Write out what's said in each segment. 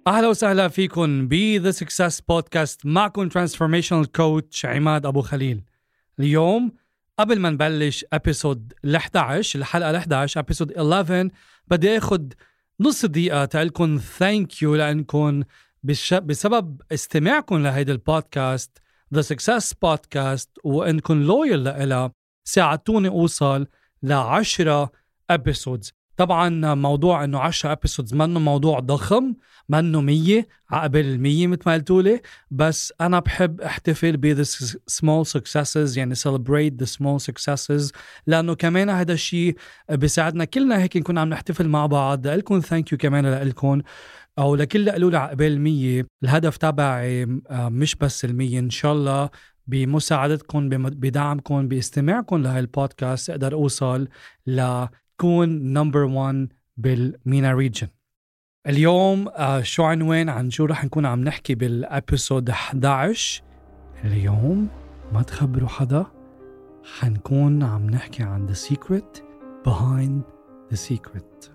أهلا وسهلا فيكم ب The Success Podcast. معكم Transformational Coach عماد أبو خليل. اليوم قبل ما نبلش ابيسود الحلقة 11 ابيسود 11 بدي أخذ نص دقيقة تقلكم ثانك يو لأنكم بسبب استماعكم لهيدا البودكاست The Success Podcast وإنكم لويال لإلها ساعدتوني أوصل ل10 ابيسودز. طبعا موضوع انه 10 ابيسودز منه موضوع ضخم، منه 100 عقبال 100 مثل ما قلتولي، بس انا بحب احتفل ب the small successes، يعني celebrate the small successes، لانه كمان هذا الشيء بيساعدنا كلنا هيك نكون عم نحتفل مع بعض. لكم ثانك يو كمان لكم او لكل اللي قالوا لي عقبال 100. الهدف تبعي مش بس 100، ان شاء الله بمساعدتكم بدعمكم باستماعكم لهي البودكاست اقدر اوصل كون نمبر 1 بالمينا ريجن. اليوم شو عنوان عن شو رح نكون عم نحكي بالابيسود 11؟ اليوم ما تخبروا حدا، حنكون عم نحكي عن the secret behind the secret.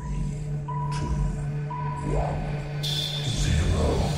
3, 2, 1, 0.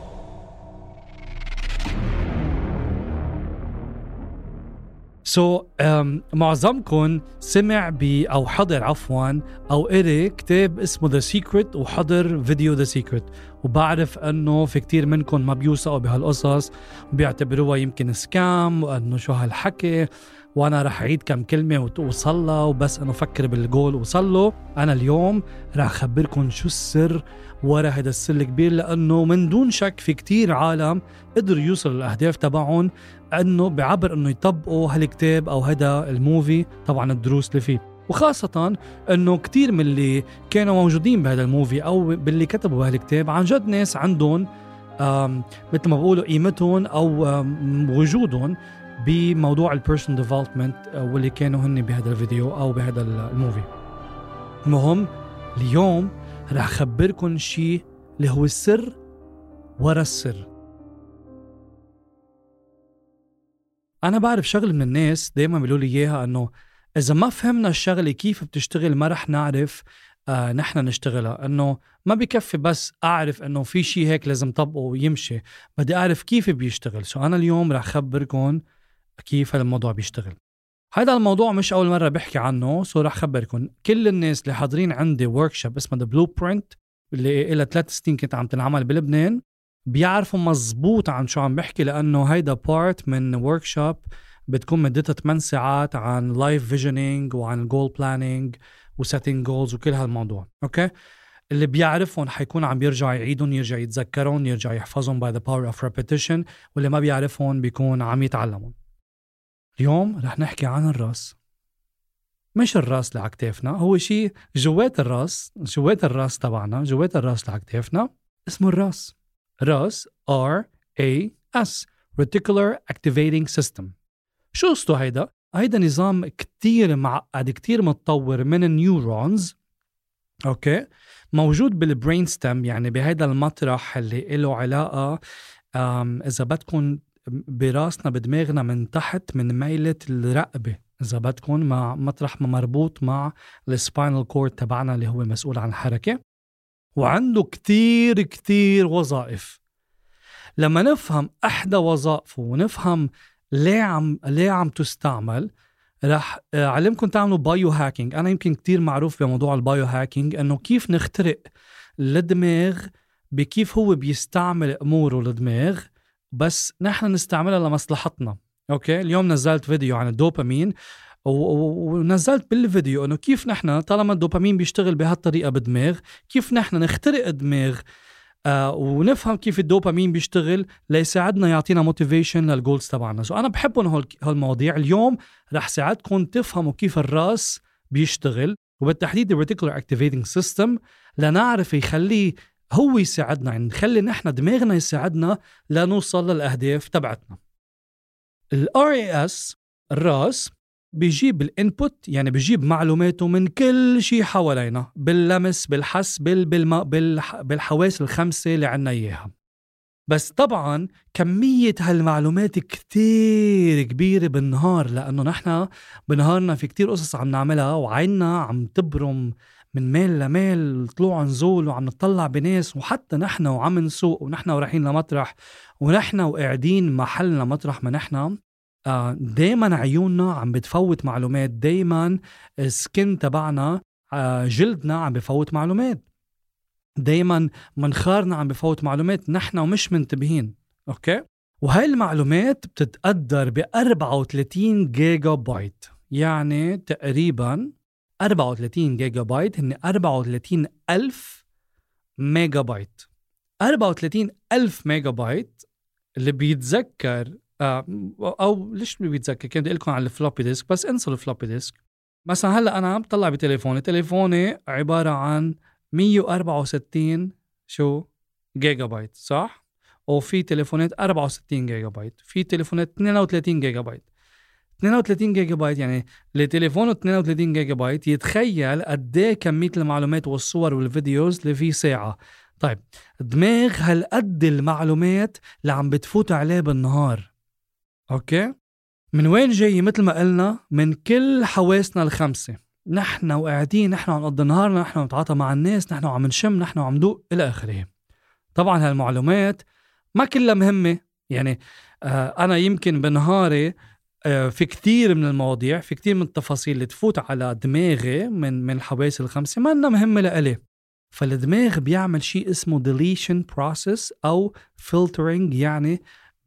معظمكم سمع أو حضر أو قري كتاب اسمه The Secret وحضر فيديو The Secret، وبعرف أنه في كتير منكم ما بيوثقوا بهالقصص وبيعتبروها يمكن سكام وأنه شو هالحكي وأنا رح أعيد كم كلمة وصلها وبس أنه فكر بالجول وصله. أنا اليوم رح أخبركم شو السر ورا هذا السر الكبير، لأنه من دون شك في كتير عالم قدروا يوصلوا الأهداف تبعهم أنه بعبر أنه يطبقوا هالكتاب أو هذا الموفي، طبعا الدروس اللي فيه، وخاصة أنه كتير من اللي كانوا موجودين بهذا الموفي أو باللي كتبوا بهالكتاب عن جد ناس عندهم مثل ما بقولوا قيمتهم أو وجودهم بموضوع البيرسونال ديفلوبمنت واللي كانوا هن بهذا الفيديو أو بهذا الموفي. المهم اليوم رح أخبركم شيء اللي هو السر ورا السر. أنا بعرف شغل من الناس دايما بيقولوا لي إياها أنه إذا ما فهمنا الشغلة كيف بتشتغل ما رح نعرف نحن نشتغلها، أنه ما بيكفي بس أعرف أنه في شيء هيك لازم طبقه ويمشي، بدي أعرف كيف بيشتغل. أنا اليوم رح أخبركم كيف الموضوع بيشتغل. هذا الموضوع مش أول مرة بحكي عنه، رح أخبركم كل الناس اللي حاضرين عندي وركشوب اسمه The Blueprint اللي إلى 3 سنين كنت عم تنعمل بلبنان بيعرفوا مزبوط عن شو عم بحكي، لأنه هيدا بارت من وركشوب بتكون مدتها 8 ساعات عن لايف فيجنينج وعن جول بلانينج وسيتينج جولز وكل هالموضوع. أوكي، اللي بيعرفهم حيكون عم يرجع يعيدهم، يرجع يتذكرهم، يرجع يحفظهم by the power of repetition، واللي ما بيعرفهم بيكون عم يتعلمون. اليوم رح نحكي عن الراس، مش الراس اللي على كتافنا، هو شيء جوات الراس تبعنا، جوات الراس اللي على كتافنا اسمه الراس. راس RAS Reticular Activating System. شو قصته هيدا؟ هيدا نظام كتير معقد كتير متطور من النيورونز، أوكي، موجود بالبرين ستيم، يعني بهيدا المطرح اللي له علاقة إذا بدكم براسنا بدماغنا من تحت من ميلة الرقبة، إذا بدكم مع مطرح ما مربوط مع السباينال كورد تبعنا اللي هو مسؤول عن الحركة، وعنده كتير وظائف. لما نفهم احدى وظائفه ونفهم ليه عم تستعمل، رح علمكم تعملوا بايو هاكينج. انا يمكن كتير معروف بموضوع البايو هاكينج، انه كيف نخترق الدماغ بكيف هو بيستعمل اموره الدماغ، بس نحن نستعملها لمصلحتنا. اوكي، اليوم نزلت فيديو عن الدوبامين ونزلت بالفيديو انه كيف نحن طالما الدوبامين بيشتغل بهالطريقه بالدماغ، كيف نحن نخترق الدماغ ونفهم كيف الدوبامين بيشتغل ليساعدنا يعطينا موتيفيشن للجولز تبعنا. انا بحبهم هالمواضيع. اليوم رح ساعدكم تفهموا كيف الراس بيشتغل، وبالتحديد الريتيكولار اكتيفيتنج سيستم، لنعرف يخليه هو يساعدنا، يعني نخلي نحن دماغنا يساعدنا لنوصل للاهداف تبعتنا. RAS الراس بيجيب الانبوت، يعني بيجيب معلوماته من كل شيء حوالينا، باللمس، بالحس، بالحواس الخمسة اللي عنا إياها. بس طبعا كمية هالمعلومات كتير كبيرة بالنهار، لأنه نحن بنهارنا في كتير قصص عم نعملها وعيننا عم تبرم من ميل لميل، طلوع نزول، وعم نطلع بناس، وحتى نحن وعم نسوق ونحن ورايحين لمطرح ونحن وقاعدين محلنا مطرح ما نحن، دايما عيوننا عم بتفوت معلومات، دايما السكن تبعنا جلدنا عم بفوت معلومات، دايما منخارنا عم بفوت معلومات نحن ومش منتبهين. اوكي، وهاي المعلومات بتتقدر ب 34 جيجا بايت، يعني تقريبا 34 جيجا بايت هن 34 ألف ميجا بايت. 34 ألف ميجا بايت اللي بيتذكر أو ليش بيتذكر، كنت لكم على الفلوبي ديسك، بس انسوا الفلوبي ديسك. مثلا هلأ أنا بطلع تليفوني عبارة عن 164 جيجا بايت، صح؟ وفي تليفونات 64 جيجا بايت، في تليفونات 32 جيجا بايت. 32 جيجا بايت يعني لتليفونه 32 جيجا بايت، يتخيل قديه كمية المعلومات والصور والفيديوز اللي في ساعة. طيب دماغ هالقد المعلومات اللي عم بتفوت عليه بالنهار، اوكي؟ من وين جاي؟ مثل ما قلنا من كل حواسنا الخمسة. نحن وقاعدين، نحن عم نقضي نهارنا، نحن نتعاطى مع الناس، نحن عم نشم، نحن عم ندوق إلى آخره. طبعا هالمعلومات ما كلها مهمة، يعني أنا يمكن بنهاري في كثير من المواضيع، في كثير من التفاصيل اللي تفوت على دماغي من الحواس الخمسة ما إنها مهمة لإلي. فالدماغ بيعمل شيء اسمه deletion process أو filtering، يعني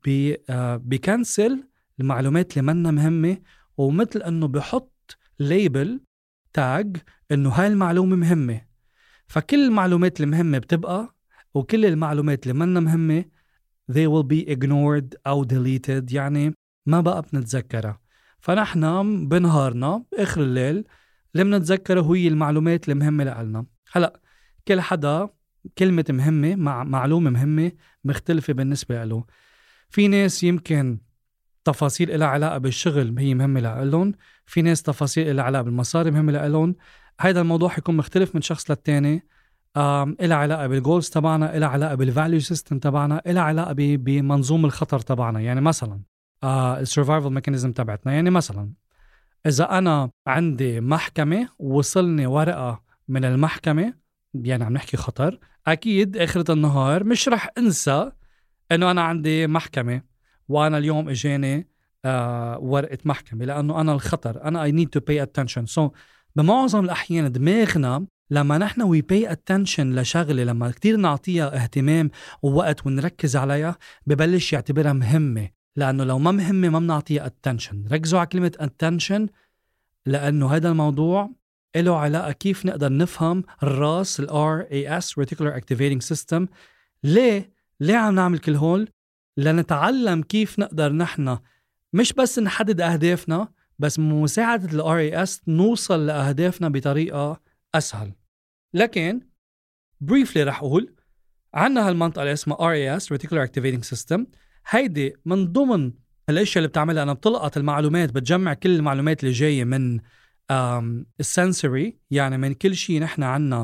بيكنسل المعلومات اللي منا مهمة، ومثل أنه بحط ليبل تاج أنه هاي المعلومة مهمة. فكل المعلومات المهمة بتبقى، وكل المعلومات اللي منا مهمة they will be ignored أو deleted، يعني ما بقى بنتذكرها. فنحن بنهارنا آخر الليل اللي بنتذكره هي المعلومات المهمة لنا. هلأ كل حدا كلمة مهمة مع معلومة مهمة مختلفة بالنسبة له. في ناس يمكن تفاصيل إلها علاقة بالشغل هي مهمة لهم، في ناس تفاصيل إلها علاقة بالمصاري مهمة لهم. هيدا الموضوع حيكون مختلف من شخص للتاني. إلها علاقة بالجولز تبعنا، إلها علاقة بالفاليو سيستم تبعنا، إلها علاقة بمنظوم الخطر تبعنا. يعني مثلا السرفايفل ميكانيزم تبعتنا، يعني مثلا إذا أنا عندي محكمة وصلني ورقة من المحكمة، يعني عم نحكي خطر، أكيد آخرة النهار مش رح أنسى إنه أنا عندي محكمة وأنا اليوم إجاني ورقة محكمة، لأنه أنا الخطر، أنا I need to pay attention. So بمعظم الأحيان دماغنا لما نحن we pay attention لشغلة، لما كتير نعطيها اهتمام ووقت ونركز عليها، ببلش يعتبرها مهمة، لأنه لو ما مهمة ما بنعطيها attention. ركزوا على كلمة attention، لأنه هذا الموضوع له علاقة كيف نقدر نفهم الراس، RAS Reticular Activating System. ليه عم نعمل كل هول؟ لنتعلم كيف نقدر نحن مش بس نحدد أهدافنا، بس مساعدة RAS نوصل لأهدافنا بطريقة أسهل. لكن briefly رح أقول عنا هالمنطقة اللي اسمها RAS Reticular Activating System. هيدي من ضمن الاشياء اللي بتعملها أنا بتلقط المعلومات، بتجمع كل المعلومات اللي جاية من السنسوري، يعني من كل شيء نحن عنا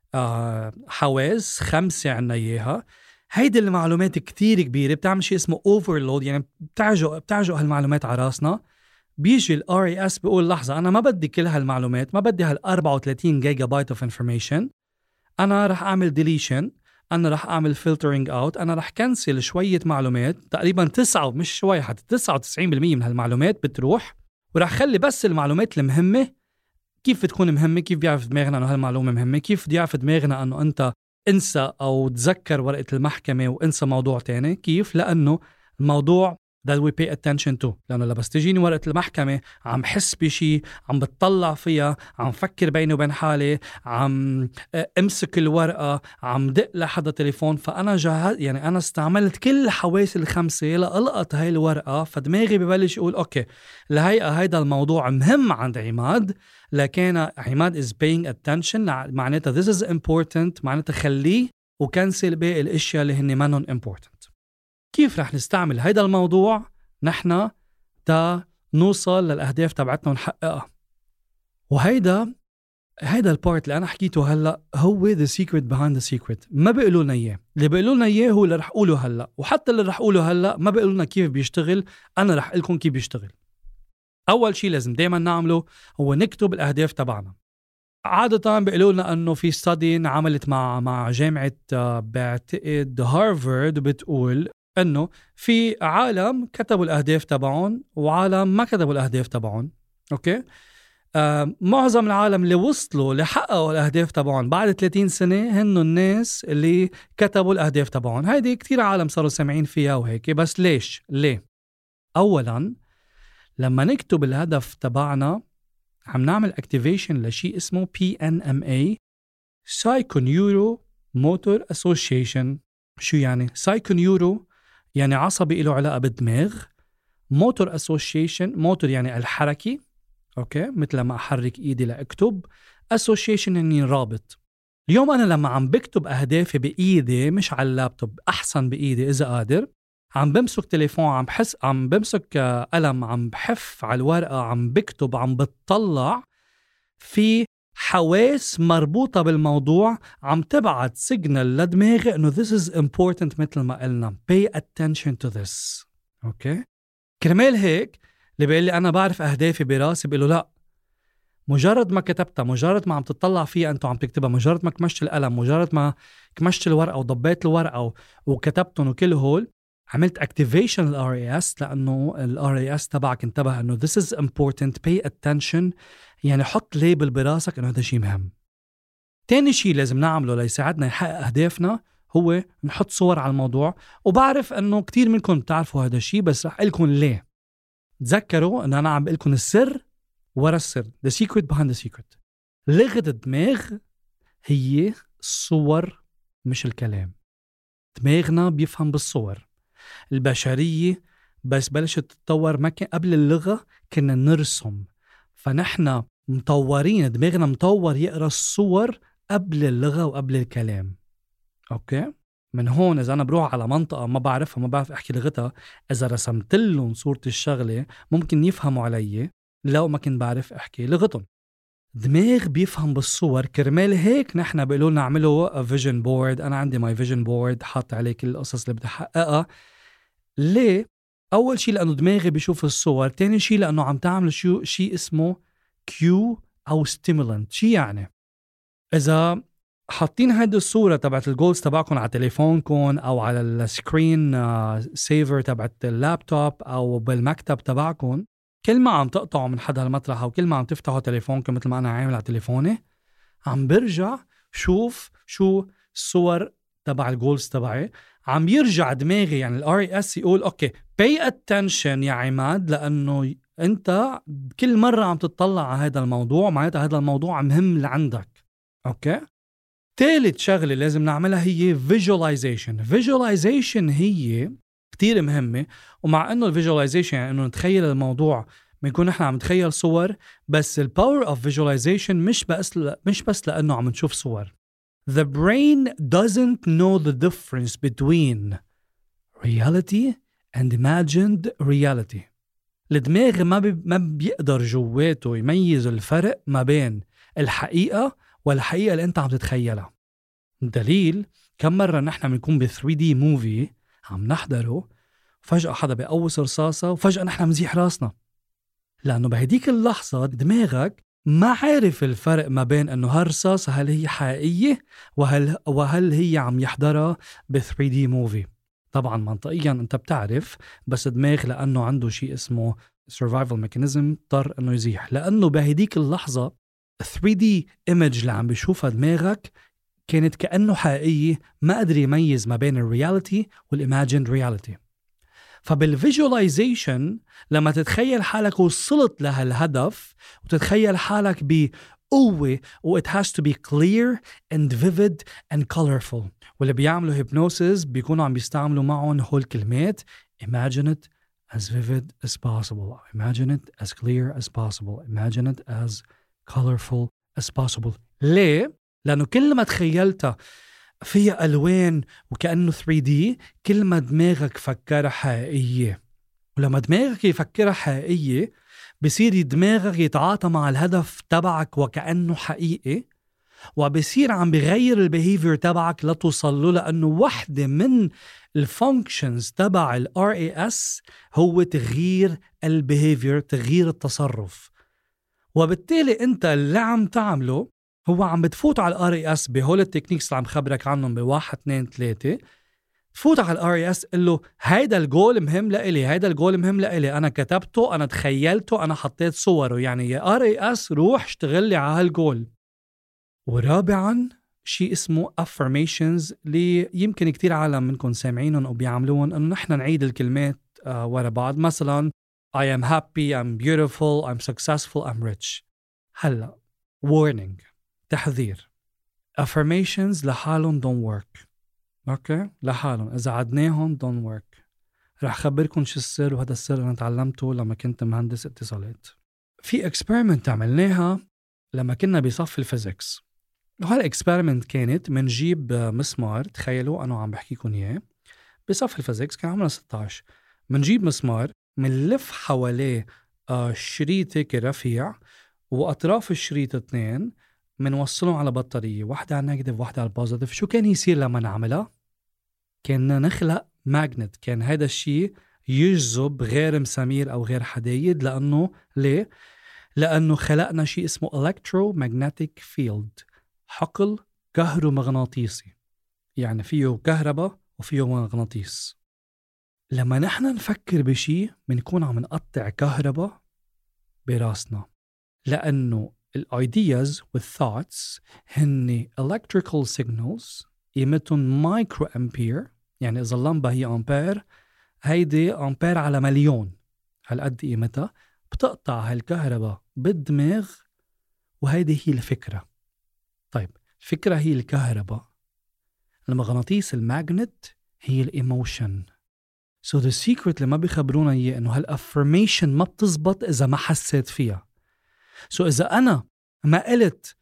حواس 5 عنا إياها. هيدي المعلومات كتير كبيرة، بتعمل شيء اسمه overload، يعني بتعجق هالمعلومات على راسنا. بيجي ال RAS بيقول لحظة، أنا ما بدي كل هالمعلومات، ما بدي هال 34 جيجا بايت of information، أنا رح أعمل deletion، أنا رح أعمل filtering out، أنا رح كنسل شوية معلومات، تقريبا 9 مش شوية، حتى 99% من هالمعلومات بتروح، ورح خلي بس المعلومات المهمة. كيف تكون مهمة؟ كيف بيعرف دماغنا أنه هالمعلومة مهمة؟ كيف بيعرف دماغنا أنه أنت انسى أو تذكر ورقة المحكمة وانسى موضوع تاني؟ كيف؟ لأنه الموضوع that we pay attention to، لأنه لبس تجيني ورقة المحكمة عم حس بشي، عم بتطلع فيها، عم فكر بيني وبين حالي، عم امسك الورقة، عم دق لحدا تليفون، فأنا يعني أنا استعملت كل حواسي ال5 لألقط هاي الورقة. فدماغي ببلش يقول أوكي، الهيئة هيدا الموضوع مهم عند عماد، لكن عماد is paying attention، معناتها this is important، معناتها خليه وكنسل باقي الاشياء اللي هن منهم important. كيف رح نستعمل هيدا الموضوع نحن تا نوصل للأهداف تبعتنا ونحققها؟ وهيدا البارت اللي أنا حكيته هلأ هو the secret behind the secret. ما بيقولوا لنا إياه، اللي بيقولوا لنا إياه هو اللي رح أقوله هلأ، وحتى اللي رح أقوله هلأ ما بيقولوا لنا كيف بيشتغل، أنا رح أقولكم كيف بيشتغل. أول شيء لازم دايما نعمله هو نكتب الأهداف تبعنا. عادة بيقولوا لنا أنه في study عملت مع جامعة بعتقد هارفارد، بتقول أنه في عالم كتبوا الأهداف تبعهم وعالم ما كتبوا الأهداف تبعهم. أوكي، معظم العالم اللي وصلوا لحققوا الأهداف تبعهم بعد 30 سنة هن الناس اللي كتبوا الأهداف تبعهم. هيدي كتير عالم صاروا سامعين فيها وهيك. بس ليه؟ أولاً لما نكتب الهدف تبعنا عم نعمل activation لشيء اسمه PNMA Psychoneuromotor Association. شو يعني؟ Psychoneuro يعني عصبي له علاقة بالدماغ، Motor Association موتور يعني الحركي، أوكي، مثل ما أحرك إيدي لأكتب، Association يعني رابط. اليوم أنا لما عم بكتب أهدافي بإيدي مش على اللابتوب، أحسن بإيدي إذا قادر، عم بمسك تليفون، عم بمسك قلم، عم بحف على الورقة، عم بكتب، عم بتطلع، في حواس مربوطة بالموضوع عم تبعت سيجنال لدماغي انه this is important مثل ما قلنا pay attention to this. اوكي، كرمال هيك اللي بيقول لي انا بعرف اهدافي براسي، بيقول له لا، مجرد ما كتبتها، مجرد ما عم تطلع فيها انت عم تكتبها، مجرد ما كمشت القلم، مجرد ما كمشت الورقة وضبيت الورقة وكتبتهم وكل هول، عملت activation RAS، لأنه RAS تبعك انتبه أنه this is important pay attention. يعني حط ليبل براسك أنه هذا شيء مهم. تاني شيء لازم نعمله ليساعدنا يحقق أهدافنا هو نحط صور على الموضوع. وبعرف أنه كتير منكم بتعرفوا هذا الشيء، بس رح أقلكم ليه. تذكروا أنه أنا عم بقلكم السر ورا السر، the secret behind the secret. لغة الدماغ هي الصور مش الكلام. دماغنا بيفهم بالصور. البشرية بس بلشت تتطور، ما كان قبل اللغة كنا نرسم، فنحن مطورين، دماغنا مطور يقرأ الصور قبل اللغة وقبل الكلام. أوكي، من هون إذا أنا بروح على منطقة ما بعرفها، ما بعرف أحكي لغتها، إذا رسمت لهم صورة الشغلة ممكن يفهموا علي لو ما كنت بعرف أحكي لغتهم. دماغ بيفهم بالصور، كرمال هيك نحن بيقولوا لنا نعمله فيجن بورد. أنا عندي ماي فيجن بورد، حاط عليه كل القصص اللي بدي أحققها. ليه؟ أول شيء لأنه دماغي بيشوف الصور، تاني شيء لأنه عم تعمل شيء اسمه كيو أو ستيمولانت. شيء يعني إذا حاطين هيدي الصورة تبعت الجولز تبعكم على تليفونكم أو على السكرين سيفر تبعت اللابتوب أو بالمكتب تبعكم، كل ما عم تقطعوا من حد هالمطرح وكل ما عم تفتحوا تليفونكم مثل ما أنا عامل على تليفوني، عم برجع شوف شو الصور تبع الجولز تبعي. عم يرجع دماغي يعني RAS يقول اوكي pay attention يا عماد، لأنه انت كل مرة عم تطلع على هذا الموضوع، معناتها هذا الموضوع مهم لعندك. اوكي، ثالث شغلة لازم نعملها هي visualization هي كتير مهمة. ومع انه visualization يعني انه نتخيل الموضوع، بنكون نحن عم نتخيل صور، بس power of visualization مش بس لأنه عم نشوف صور. The brain doesn't know the difference between reality and imagined reality. الدماغ ما بيقدر جواته يميز الفرق ما بين الحقيقة والحقيقة اللي انت عم تتخيلها. دليل، كم مرة نحن بنكون ب 3D موفي عم نحضره، فجأة حدا بيقوص رصاصة وفجأة نحن مزيح راسنا، لأنه بهديك اللحظة دماغك ما عارف الفرق ما بين أنه هالرصاصة هل هي حقيقية وهل هي عم يحضرها ب 3D موفي. طبعا منطقيا أنت بتعرف، بس دماغ لأنه عنده شيء اسمه survival mechanism اضطر أنه يزيح، لأنه بهديك اللحظة 3D image اللي عم بيشوفها دماغك كانت كأنه حقيقية، ما قدر يميز ما بين الرياليتي والإيماجيند رياليتي. فبالفيجواليزيشن لما تتخيل حالك وصلت لهالهدف وتتخيل حالك بقوة و it has to be clear and vivid and colorful، واللي بيعملوا hypnosis بيكونوا عم بيستعملوا معهم هول كلمات imagine it as vivid as possible, imagine it as clear as possible, imagine it as colorful as possible. ليه؟ لأنه كل ما تخيلتها فيها ألوان وكأنه 3D، كل ما دماغك فكرها حقيقية. ولما دماغك يفكرها حقيقية بصير دماغك يتعاطى مع الهدف تبعك وكأنه حقيقي، وبصير عم بغير البيهيفير تبعك لتوصل له، لأنه واحدة من الفانكشنز تبع RAS هو تغيير البيهيفير، تغيير التصرف. وبالتالي أنت اللي عم تعمله هو عم بتفوت على RAS بهول التكنيكس اللي عم خبرك عنهم ب1 2 3. تفوت على RAS قل له هيدا الجول مهم لإلي، هيدا الجول مهم لإلي، أنا كتبته، أنا تخيلته، أنا حطيت صوره، يعني يا RAS روح اشتغل لي على هالجول. ورابعاً شيء اسمه affirmations اللي يمكن كتير عالم منكم سامعينهم أو بيعملون، أنه نحن نعيد الكلمات ورا بعض. مثلاً I am happy, I'm beautiful, I'm successful, I'm rich. هلأ warning، تحذير، affirmations لحالهم don't work. أوكي؟ لحالهم إذا عدناهم don't work. رح خبركم شو السر، وهذا السر أنا تعلمته لما كنت مهندس اتصالات. في experiment عملناها لما كنا بصف الفيزيكس. وهالإكسبيرمنت كانت منجيب مسمار، تخيلوا أنا عم بحكيكم إياه، بصف الفيزيكس كان عمرنا 16. منجيب مسمار منلف حواليه شريط هيك رفيع، وأطراف الشريط 2 منوصلهم على بطارية، واحدة على النيجاتيف واحدة على البوزيتيف. شو كان يصير لما نعملها؟ كنا نخلق ماجنت، كان هذا الشيء يجذب غير مسامير أو غير حدايد. لأنه ليه؟ لأنه خلقنا شيء اسمه electromagnetic field، حقل كهرومغناطيسي، يعني فيه كهرباء وفيه مغناطيس. لما نحن نفكر بشيء بنكون عم نقطع كهرباء براسنا، لأنه الايدياز والثوتس هن electrical signals قيمتهم مايكرو أمبير. يعني إذا اللمبة هي أمبير، هيدي أمبير على مليون، هالقد قيمتها. بتقطع هالكهرباء بالدماغ، وهيدي هي الفكرة. طيب الفكرة هي الكهرباء، المغناطيس الماجنت هي الإيموشن. So the secret اللي ما بيخبرونا إياه إنه هالأفرميشن ما بتزبط إذا ما حسيت فيها. So إذا أنا ما قلت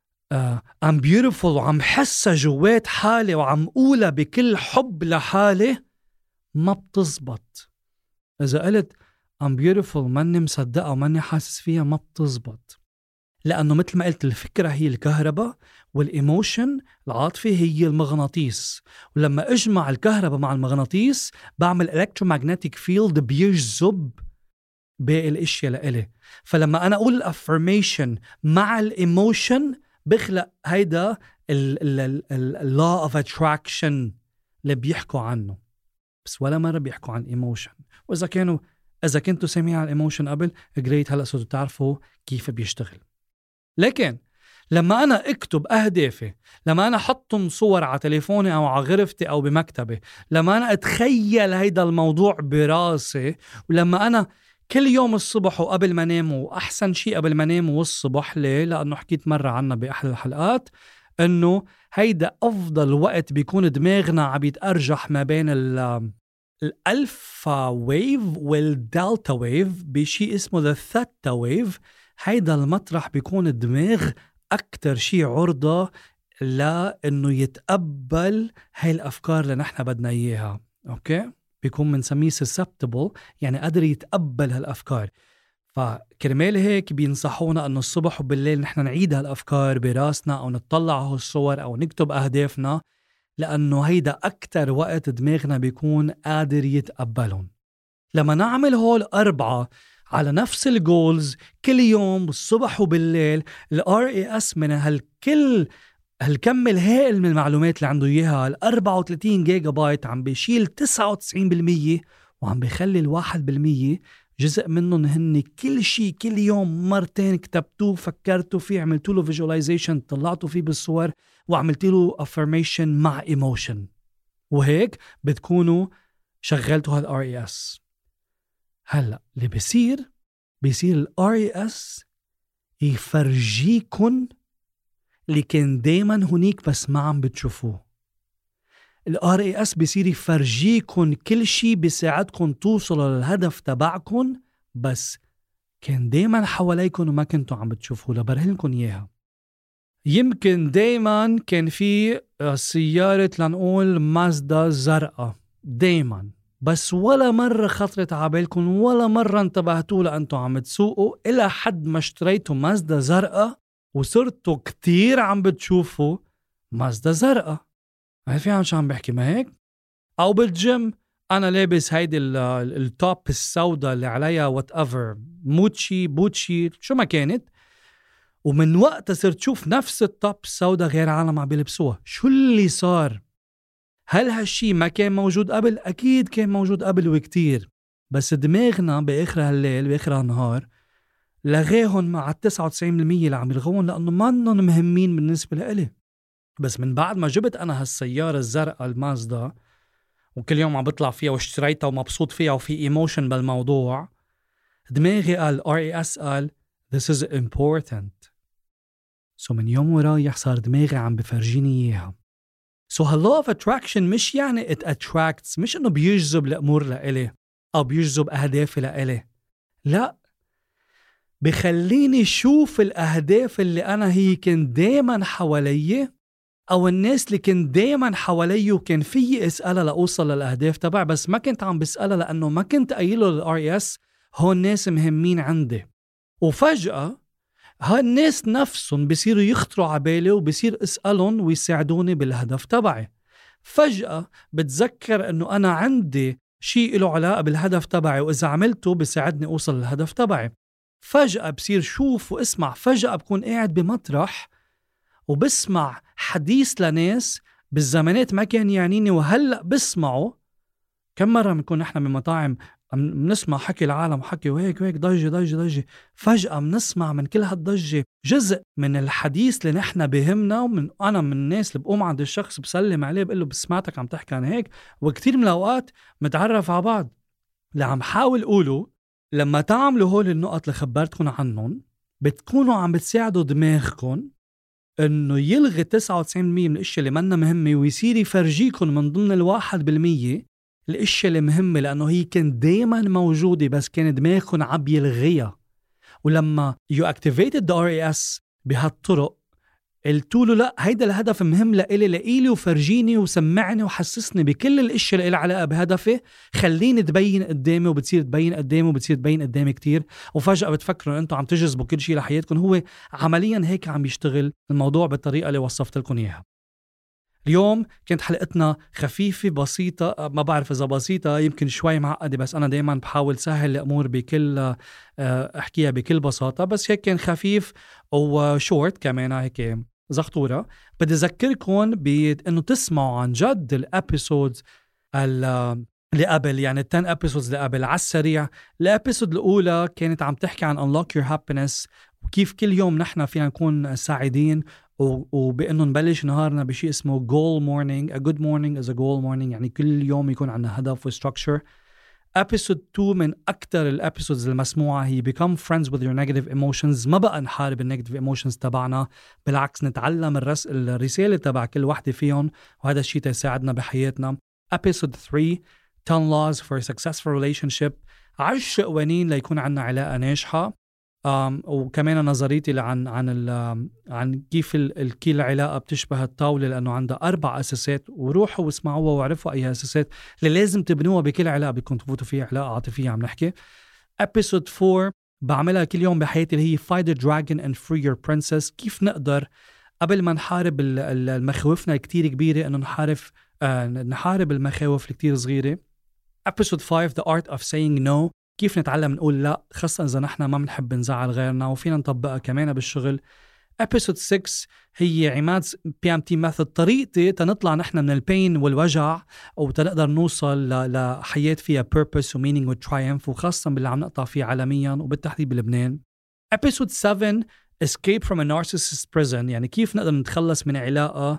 I'm beautiful وعم حسها جوات حالي وعم قولها بكل حب لحالي، ما بتزبط. إذا قلت I'm beautiful ماني مصدقة وماني حاسس فيها، ما بتزبط. لأنه مثل ما قلت الفكرة هي الكهرباء، والإيموشن العاطفة هي المغناطيس. ولما أجمع الكهرباء مع المغناطيس بعمل electromagnetic field بيجذب باقي الاشياء لإلي. فلما أنا أقول affirmation مع الإيموشن بخلق هيدا law of attraction اللي بيحكوا عنه. بس ولا مرة بيحكوا عن emotion. وإذا كنتوا سامعين عن emotion قبل great، هلأ صرتوا تعرفوا كيف بيشتغل. لكن لما أنا أكتب أهدافي، لما أنا حطهم صور على تليفوني أو على غرفتي أو بمكتبي، لما أنا أتخيل هيدا الموضوع براسي، ولما أنا كل يوم الصبح وقبل ما نام، وأحسن شيء قبل ما نام والصبح، ليه؟ لأنه حكيت مرة عنها بأحد الحلقات أنه هيدا أفضل وقت بيكون دماغنا عم يتأرجح ما بين الألفا ويف والدلتا ويف بشيء اسمه الثيتا ويف. هيدا المطرح بيكون الدماغ أكتر شيء عرضة لأنه يتقبل هاي الأفكار اللي نحن بدنا إياها. أوكي؟ بيكون منسميه susceptible، يعني قادر يتقبل هالأفكار. فكرمال هيك بينصحونا أنه الصبح وبالليل نحن نعيد هالأفكار براسنا، أو نطلع هالصور، أو نكتب أهدافنا، لأنه هيدا أكتر وقت دماغنا بيكون قادر يتقبلهم. لما نعمل هول 4 على نفس الجولز كل يوم بالصبح وبالليل، RAS من هالكم الهائل من المعلومات اللي عنده إياها، 34 جيجا بايت، عم بيشيل 99% وعم بيخلي 1% جزء منهم هن كل شيء كل يوم مرتين كتبتوه، فكرتوا فيه، عملتوا له visualization، طلعتوا فيه بالصور، وعملتوا له affirmation مع emotion. وهيك بتكونوا شغلتوا RAS. هلأ اللي بيصير RAS يفرجيكن اللي كان دايما هنيك بس ما عم بتشوفوه. RAS بيصير يفرجيكن كل شيء بيساعدكن توصلوا للهدف تبعكن، بس كان دايما حواليكن وما كنتوا عم بتشوفوه. لبرهنكن إياها. يمكن دايما كان في سيارة لنقول مازدا زرقاء دايما، بس ولا مرة خطرت عبالكن، ولا مرة انتبهتوا لأنتوا عم تسوقوا، إلى حد ما اشتريتوا مازدا زرقاء وصرتوا كتير عم بتشوفوا مازدا زرقاء. عارفين عن شو عم بحكي؟ ما هيك؟ أو بالجيم أنا لابس هيدي التوب السوداء اللي عليها whatever موتشي بوتشي شو ما كانت، ومن وقتها صرت تشوف نفس الطب السوداء غير عالم عم بيلبسوها. شو اللي صار؟ هل هالشي ما كان موجود قبل؟ أكيد كان موجود قبل وكتير، بس دماغنا بآخر هالليل بآخر هالنهار لغاهم مع 99% اللي عم يلغوهم لأنه مانن مهمين بالنسبة لإلي. بس من بعد ما جبت أنا هالسيارة الزرقاء المازدا وكل يوم عم بطلع فيها واشتريتها ومبسوط فيها وفي ايموشن بالموضوع، دماغي قال RAS قال this is important. من يوم ورايح صار دماغي عم بفرجيني إياها. law of attraction مش يعني it attracts، مش إنه بيجذب الأمور لإلي أو بيجذب أهدافي لإلي، لا، بخليني شوف الأهداف اللي أنا هي كنت دايما حوالي أو الناس اللي كنت دايما حوالي وكان فيي أسألها لأوصل للأهداف تبع، بس ما كنت عم بسألها لأنه ما كنت قايله للRAS هون ناس مهمين عندي. وفجأة هالناس نفسهم بيصيروا يخطروا عبالي وبيصير أسألهم ويساعدوني بالهدف تبعي. فجأة بتذكر أنه أنا عندي شيء له علاقة بالهدف تبعي وإذا عملته بيساعدني أوصل للهدف تبعي. فجأة بصير شوف واسمع، فجأة بكون قاعد بمطرح وبسمع حديث لناس بالزمانات ما كان يعنيني وهلأ بسمعه. كم مرة بنكون نحن بمطاعم بنسمع حكي العالم وحكي وهيك ضجة، فجأة بنسمع من كل هالضجة جزء من الحديث اللي نحن بهمنا، ومن أنا من الناس اللي بقوم عند الشخص بسلم عليه بقول له بسمعتك عم تحكي عن هيك، وكتير من الأوقات متعرف على بعض. اللي عم حاول أقوله لما تعملوا هول النقط اللي خبرتكم عنهم بتكونوا عم بتساعدوا دماغكم انه يلغي 99% من الاشياء اللي منا مهمة ويصير يفرجيكم من ضمن 1% الاشياء اللي مهمة، لانه هي كانت دايما موجودة بس كان دماغكم عم يلغيها. ولما you activated the RAS بهالطرق قلتوا له لا، هيدا الهدف مهم لإلي وفرجيني وسمعني وحسسني بكل الاشياء اللي علاقة بهدفي، خليني تبين قدامي، وبتصير تبين قدامي وبتصير تبين قدامي كتير. وفجأة بتفكروا انتوا عم تجذبوا كل شيء لحياتكم. هو عمليا هيك عم يشتغل الموضوع بالطريقة اللي وصفت لكم اياها. اليوم كانت حلقتنا خفيفة بسيطة، ما بعرف إذا بسيطة يمكن شوي معقدة، بس أنا دايما بحاول سهل الأمور بكل أحكيها بكل بساطة، بس هيك كان خفيف وشورت كمان هيك زغطورة. بدي أذكركم بأنه تسمعوا عن جد الأبيسودز اللي قبل، يعني 10 أبيسودز اللي قبل على السريع. الأبيسود الأولى كانت عم تحكي عن Unlock Your Happiness وكيف كل يوم نحن فينا نكون سعيدين، وبأنه نبلش نهارنا بشيء اسمه goal morning. A good morning is a goal morning، يعني كل يوم يكون عندنا هدف وستركتشر. Episode 2 من أكتر الابيسودز المسموعة هي Become Friends with Your Negative Emotions. ما بقى نحارب النيجاتيف ايموشنز تبعنا، بالعكس نتعلم الرسالة تبع كل واحدة فيهم، وهذا الشيء تساعدنا بحياتنا. Episode 3 10 Laws for a Successful Relationship، 10 قوانين ليكون عنا علاقة ناجحة. وكمان نظريتي عن كيف كل علاقة بتشبه الطاولة، لأنه عندها 4 أساسات، وروحوا واسمعوها وعرفوا أي أساسات اللي لازم تبنوها بكل علاقة بيكون تفوتوا فيها، علاقة عاطفية عم نحكي. Episode 4 بعملها كل يوم بحياتي اللي هي Fight the Dragon and Free Your Princess. كيف نقدر قبل ما نحارب المخاوفنا الكتير كبيرة أنه نحارب المخاوف الكتير صغيرة. Episode 5 The Art of Saying No، كيف نتعلم نقول لا خاصة إذا نحن ما بنحب نزعل غيرنا، وفينا نطبقها كمان بالشغل. Episode 6 هي عماد PMT Method، طريقتي تنطلع نحن من البين والوجع وتنقدر نوصل لحياة فيها purpose و meaning و triumph، وخاصة باللي عم نقطع فيه عالميا وبالتحديد بلبنان. Episode 7 Escape from a Narcissist Prison، يعني كيف نقدر نتخلص من علاقة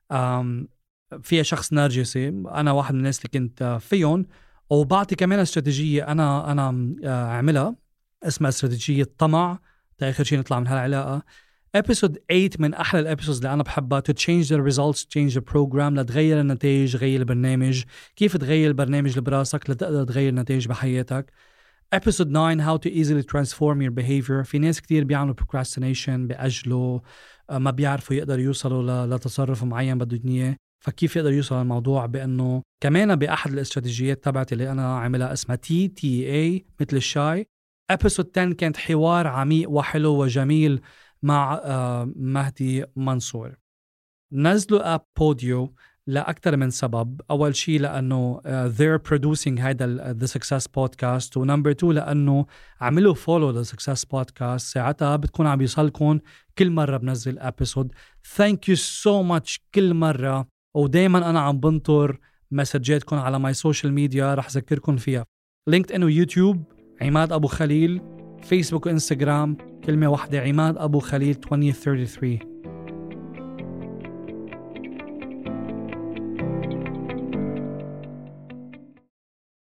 فيها شخص نرجسي. أنا واحد من الناس اللي كنت فيهم، وبعطي كمان استراتيجية أنا أعملها اسمها استراتيجية طمع آخر شيء نطلع من هالعلاقة. Episode 8 من أحلى الابيسودز اللي أنا بحبها To change the results, change the program، لتغير النتائج غير البرنامج. كيف تغير البرنامج اللي براسك لتقدر تغير النتائج بحياتك. Episode 9 How to easily transform your behavior. في ناس كتير بيعملوا procrastination، بيأجلوا، ما بيعرفوا يقدروا يوصلوا لتصرف معين بدهم إياه، فكيف يقدر يوصل الموضوع بأنه كمان بأحد الاستراتيجيات تبعتي اللي أنا عاملها اسمها TTA مثل الشاي. Episode 10 كانت حوار عميق وحلو وجميل مع مهدي منصور. نزلوا اب بوديو لأكثر من سبب. أول شيء لأنه they're producing هيدا The Success Podcast، ونمبر 2 لأنه عملوا follow The Success Podcast، ساعتها بتكون عم يوصلكم كل مرة بنزل episode. Thank you so much كل مرة، ودايما أنا عم بنطر مسجاتكم على my social media، رح أذكركم فيها. LinkedIn ويوتيوب عماد أبو خليل، فيسبوك وإنستغرام كلمة واحدة عماد أبو خليل 2033.